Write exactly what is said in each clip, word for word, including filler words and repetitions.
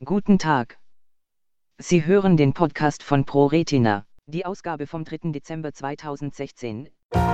Guten Tag. Sie hören den Podcast von ProRetina, die Ausgabe vom dritten Dezember zweitausendsechzehn.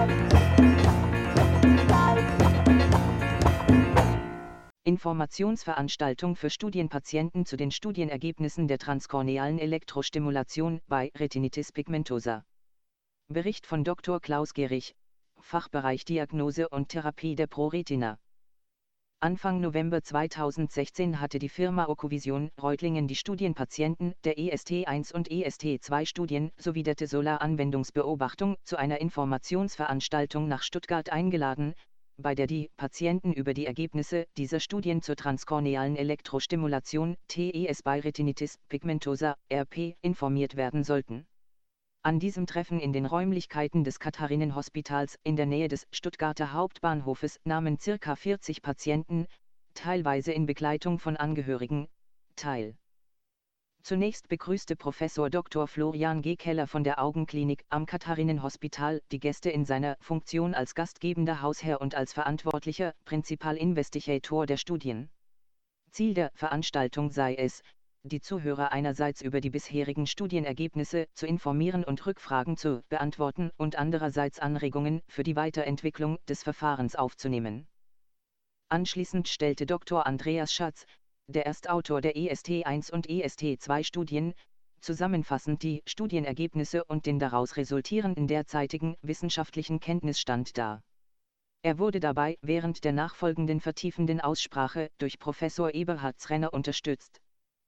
Informationsveranstaltung für Studienpatienten zu den Studienergebnissen der transkornealen Elektrostimulation bei Retinitis pigmentosa. Bericht von Doktor Klaus Gehrig, Fachbereich Diagnose und Therapie der ProRetina. Anfang November zweitausendsechzehn hatte die Firma Ocuvision Reutlingen die Studienpatienten der E S T eins und E S T zwei Studien sowie der Tesola-Anwendungsbeobachtung zu einer Informationsveranstaltung nach Stuttgart eingeladen, bei der die Patienten über die Ergebnisse dieser Studien zur transkornealen Elektrostimulation T E S bei Retinitis pigmentosa R P informiert werden sollten. An diesem Treffen in den Räumlichkeiten des Katharinenhospitals in der Nähe des Stuttgarter Hauptbahnhofes nahmen ca. vierzig Patienten, teilweise in Begleitung von Angehörigen, teil. Zunächst begrüßte Professor Doktor Florian G. Keller von der Augenklinik am Katharinenhospital die Gäste in seiner Funktion als gastgebender Hausherr und als verantwortlicher Principal Investigator der Studien. Ziel der Veranstaltung sei es, die Zuhörer einerseits über die bisherigen Studienergebnisse zu informieren und Rückfragen zu beantworten und andererseits Anregungen für die Weiterentwicklung des Verfahrens aufzunehmen. Anschließend stellte Doktor Andreas Schatz, der Erstautor der E S T eins und E S T zwei Studien, zusammenfassend die Studienergebnisse und den daraus resultierenden derzeitigen wissenschaftlichen Kenntnisstand dar. Er wurde dabei während der nachfolgenden vertiefenden Aussprache durch Professor Eberhard Zrenner unterstützt.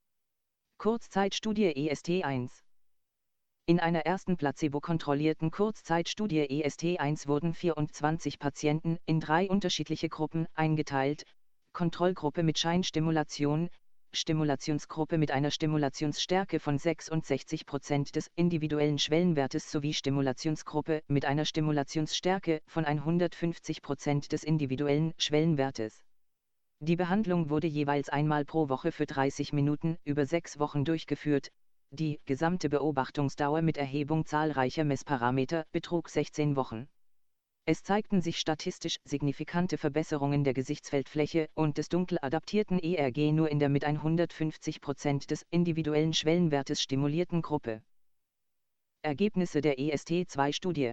Kurzzeitstudie E S T eins. In einer ersten placebo-kontrollierten Kurzzeitstudie E S T eins wurden vierundzwanzig Patienten in drei unterschiedliche Gruppen eingeteilt: Kontrollgruppe mit Scheinstimulation, Stimulationsgruppe mit einer Stimulationsstärke von sechsundsechzig Prozent des individuellen Schwellenwertes sowie Stimulationsgruppe mit einer Stimulationsstärke von hundertfünfzig Prozent des individuellen Schwellenwertes. Die Behandlung wurde jeweils einmal pro Woche für dreißig Minuten über sechs Wochen durchgeführt. Die gesamte Beobachtungsdauer mit Erhebung zahlreicher Messparameter betrug sechzehn Wochen. Es zeigten sich statistisch signifikante Verbesserungen der Gesichtsfeldfläche und des dunkel adaptierten E R G nur in der mit hundertfünfzig Prozent des individuellen Schwellenwertes stimulierten Gruppe. Ergebnisse der E S T zwei Studie.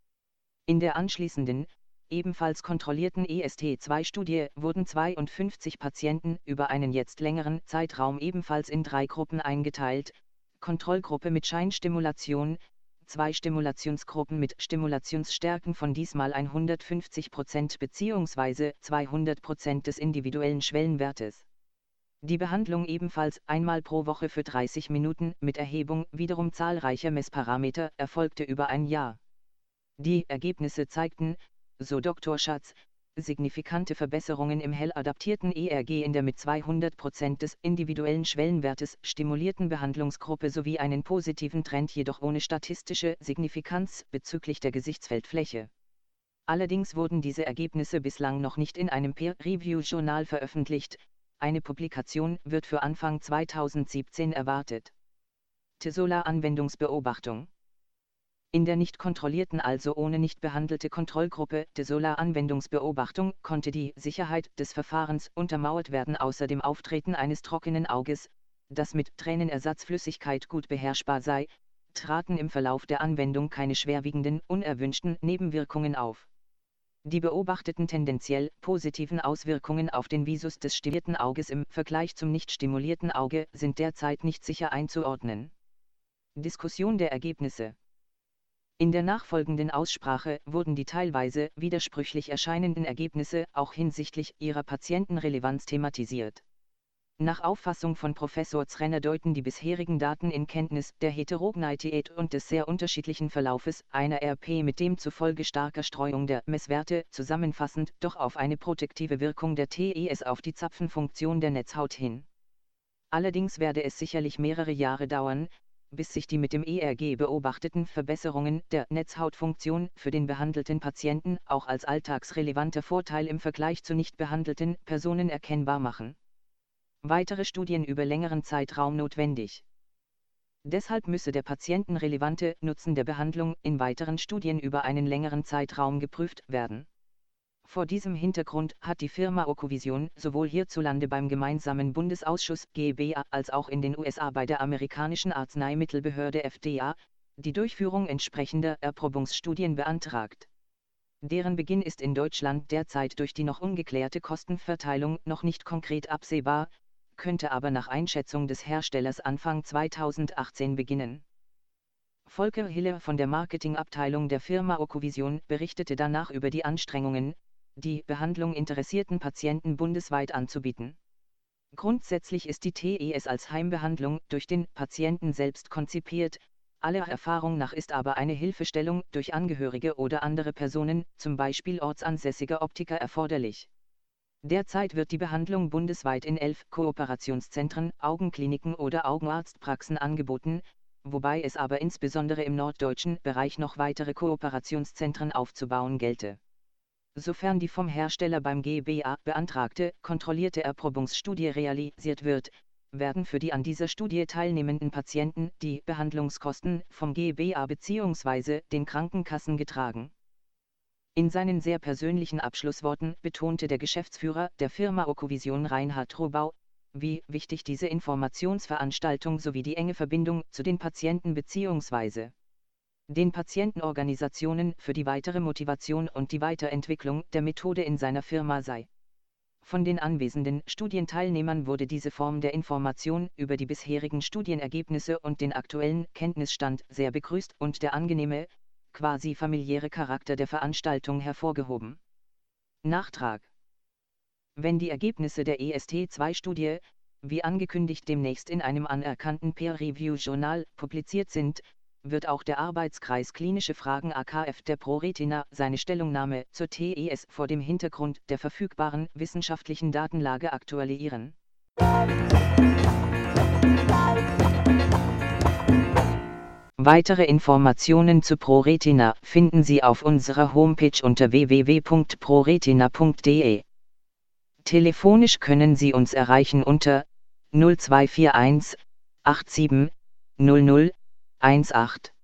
In der anschließenden, ebenfalls kontrollierten E S T zwei Studie wurden zweiundfünfzig Patienten über einen jetzt längeren Zeitraum ebenfalls in drei Gruppen eingeteilt: Kontrollgruppe mit Scheinstimulation, zwei Stimulationsgruppen mit Stimulationsstärken von diesmal hundertfünfzig Prozent bzw. zweihundert Prozent des individuellen Schwellenwertes. Die Behandlung ebenfalls einmal pro Woche für dreißig Minuten mit Erhebung wiederum zahlreicher Messparameter erfolgte über ein Jahr. Die Ergebnisse zeigten, so Doktor Schatz, signifikante Verbesserungen im hell adaptierten E R G in der mit zweihundert Prozent des individuellen Schwellenwertes stimulierten Behandlungsgruppe sowie einen positiven Trend, jedoch ohne statistische Signifikanz bezüglich der Gesichtsfeldfläche. Allerdings wurden diese Ergebnisse bislang noch nicht in einem Peer-Review-Journal veröffentlicht. Eine Publikation wird für Anfang zweitausendsiebzehn erwartet. Tesola-Anwendungsbeobachtung. In der nicht kontrollierten, also ohne nicht behandelte Kontrollgruppe Tesola-Anwendungsbeobachtung konnte die Sicherheit des Verfahrens untermauert werden. Außer dem Auftreten eines trockenen Auges, das mit Tränenersatzflüssigkeit gut beherrschbar sei, traten im Verlauf der Anwendung keine schwerwiegenden, unerwünschten Nebenwirkungen auf. Die beobachteten tendenziell positiven Auswirkungen auf den Visus des stimulierten Auges im Vergleich zum nicht stimulierten Auge sind derzeit nicht sicher einzuordnen. Diskussion der Ergebnisse. In der nachfolgenden Aussprache wurden die teilweise widersprüchlich erscheinenden Ergebnisse auch hinsichtlich ihrer Patientenrelevanz thematisiert. Nach Auffassung von Professor Zrenner deuten die bisherigen Daten in Kenntnis der Heterogeneität und des sehr unterschiedlichen Verlaufes einer R P mit demzufolge starker Streuung der Messwerte zusammenfassend doch auf eine protektive Wirkung der T E S auf die Zapfenfunktion der Netzhaut hin. Allerdings werde es sicherlich mehrere Jahre dauern, bis sich die mit dem E R G beobachteten Verbesserungen der Netzhautfunktion für den behandelten Patienten auch als alltagsrelevanter Vorteil im Vergleich zu nicht behandelten Personen erkennbar machen. Weitere Studien über längeren Zeitraum notwendig. Deshalb müsse der patientenrelevante Nutzen der Behandlung in weiteren Studien über einen längeren Zeitraum geprüft werden. Vor diesem Hintergrund hat die Firma Ocuvision sowohl hierzulande beim gemeinsamen Bundesausschuss G B A als auch in den U S A bei der amerikanischen Arzneimittelbehörde F D A die Durchführung entsprechender Erprobungsstudien beantragt. Deren Beginn ist in Deutschland derzeit durch die noch ungeklärte Kostenverteilung noch nicht konkret absehbar, könnte aber nach Einschätzung des Herstellers Anfang zweitausendachtzehn beginnen. Volker Hiller von der Marketingabteilung der Firma Ocuvision berichtete danach über die Anstrengungen, die Behandlung interessierten Patienten bundesweit anzubieten. Grundsätzlich ist die T E S als Heimbehandlung durch den Patienten selbst konzipiert, aller Erfahrung nach ist aber eine Hilfestellung durch Angehörige oder andere Personen, zum Beispiel ortsansässiger Optiker, erforderlich. Derzeit wird die Behandlung bundesweit in elf Kooperationszentren, Augenkliniken oder Augenarztpraxen angeboten, wobei es aber insbesondere im norddeutschen Bereich noch weitere Kooperationszentren aufzubauen gelte. Sofern die vom Hersteller beim G B A beantragte, kontrollierte Erprobungsstudie realisiert wird, werden für die an dieser Studie teilnehmenden Patienten die Behandlungskosten vom G B A bzw. den Krankenkassen getragen. In seinen sehr persönlichen Abschlussworten betonte der Geschäftsführer der Firma Ocuvision Reinhard Robau, wie wichtig diese Informationsveranstaltung sowie die enge Verbindung zu den Patienten bzw. den Patientenorganisationen für die weitere Motivation und die Weiterentwicklung der Methode in seiner Firma sei. Von den anwesenden Studienteilnehmern wurde diese Form der Information über die bisherigen Studienergebnisse und den aktuellen Kenntnisstand sehr begrüßt und der angenehme, quasi familiäre Charakter der Veranstaltung hervorgehoben. Nachtrag: Wenn die Ergebnisse der E S T zwei Studie, wie angekündigt, demnächst in einem anerkannten Peer-Review-Journal publiziert sind, wird auch der Arbeitskreis Klinische Fragen A K F der ProRetina seine Stellungnahme zur T E S vor dem Hintergrund der verfügbaren wissenschaftlichen Datenlage aktualisieren. Weitere Informationen zu ProRetina finden Sie auf unserer Homepage unter w w w punkt proretina punkt d e. Telefonisch können Sie uns erreichen unter null zwei vier eins acht sieben null null eins acht.